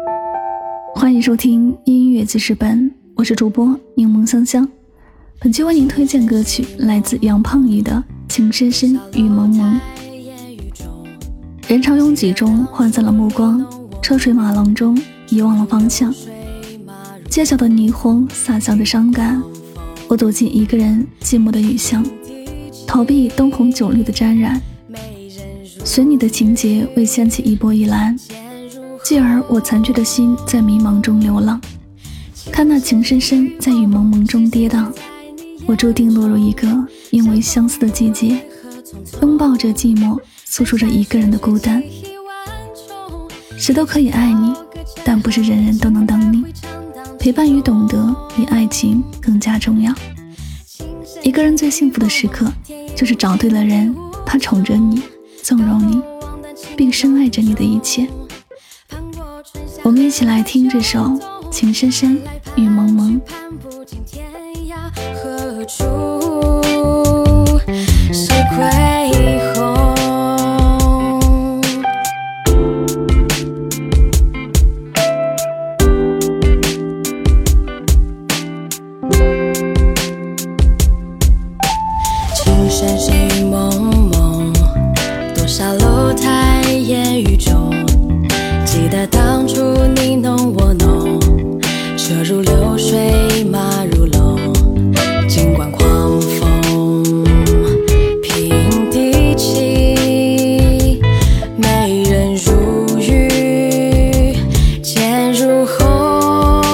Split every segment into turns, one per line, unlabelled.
欢迎收听音乐记事本，我是主播柠檬香香。本期为您推荐歌曲来自杨胖宇的《情深深雨蒙蒙》。人潮拥挤中涣散了目光，车水马龙中遗忘了方向。街角的霓虹洒下的伤感，我躲进一个人寂寞的雨巷，逃避灯红酒绿的沾染，随你的情节未掀起一波一澜，继而我残缺的心在迷茫中流浪。看那情深深在雨蒙蒙中跌宕，我注定落入一个因为相似的季节，拥抱着寂寞，诉说着一个人的孤单。谁都可以爱你，但不是人人都能等你。陪伴与懂得比爱情更加重要。一个人最幸福的时刻，就是找对了人，他宠着你，纵容你，并深爱着你的一切。我们一起来听这首《情深深雨蒙蒙》。
何处是归鸿？情深深雨蒙蒙，多少楼台烟雨中，记得当初你侬我侬，车如流水马如龙，尽管狂风平地起，美人如玉渐如红。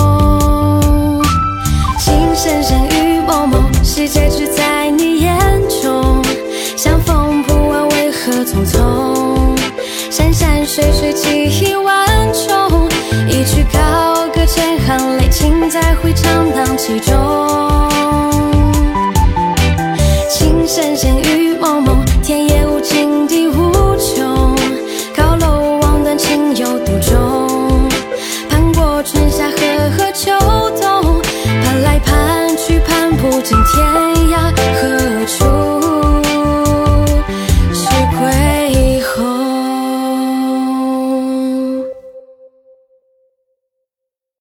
情深深雨蒙蒙，世界只在你眼中，相逢不问为何匆匆，山山水水记忆万重，一曲高歌千行泪，情在回肠荡气中。